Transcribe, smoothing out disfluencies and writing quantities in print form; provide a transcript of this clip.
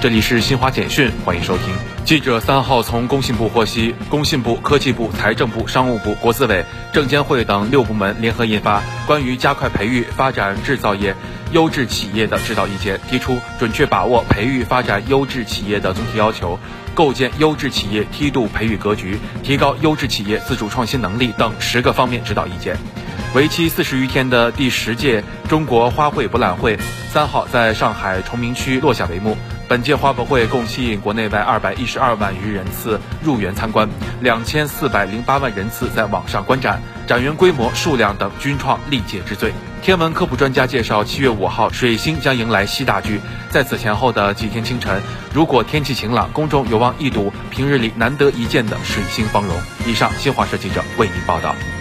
这里是新华简讯，欢迎收听。记者3号从工信部获悉，工信部、科技部、财政部、商务部、国资委、证监会等6部门联合印发关于加快培育发展制造业优质企业的指导意见，提出准确把握培育发展优质企业的总体要求，构建优质企业梯度培育格局，提高优质企业自主创新能力等10个方面指导意见。为期40余天的第10届中国花卉博览会3号在上海崇明区落下帷幕。本届花博会共吸引国内外212万余人次入园参观，2408万人次在网上观展，展园规模、数量等均创历届之最。天文科普专家介绍，7月5号水星将迎来西大距，在此前后的几天清晨，如果天气晴朗，公众有望一睹平日里难得一见的水星芳容。以上，新华社记者为您报道。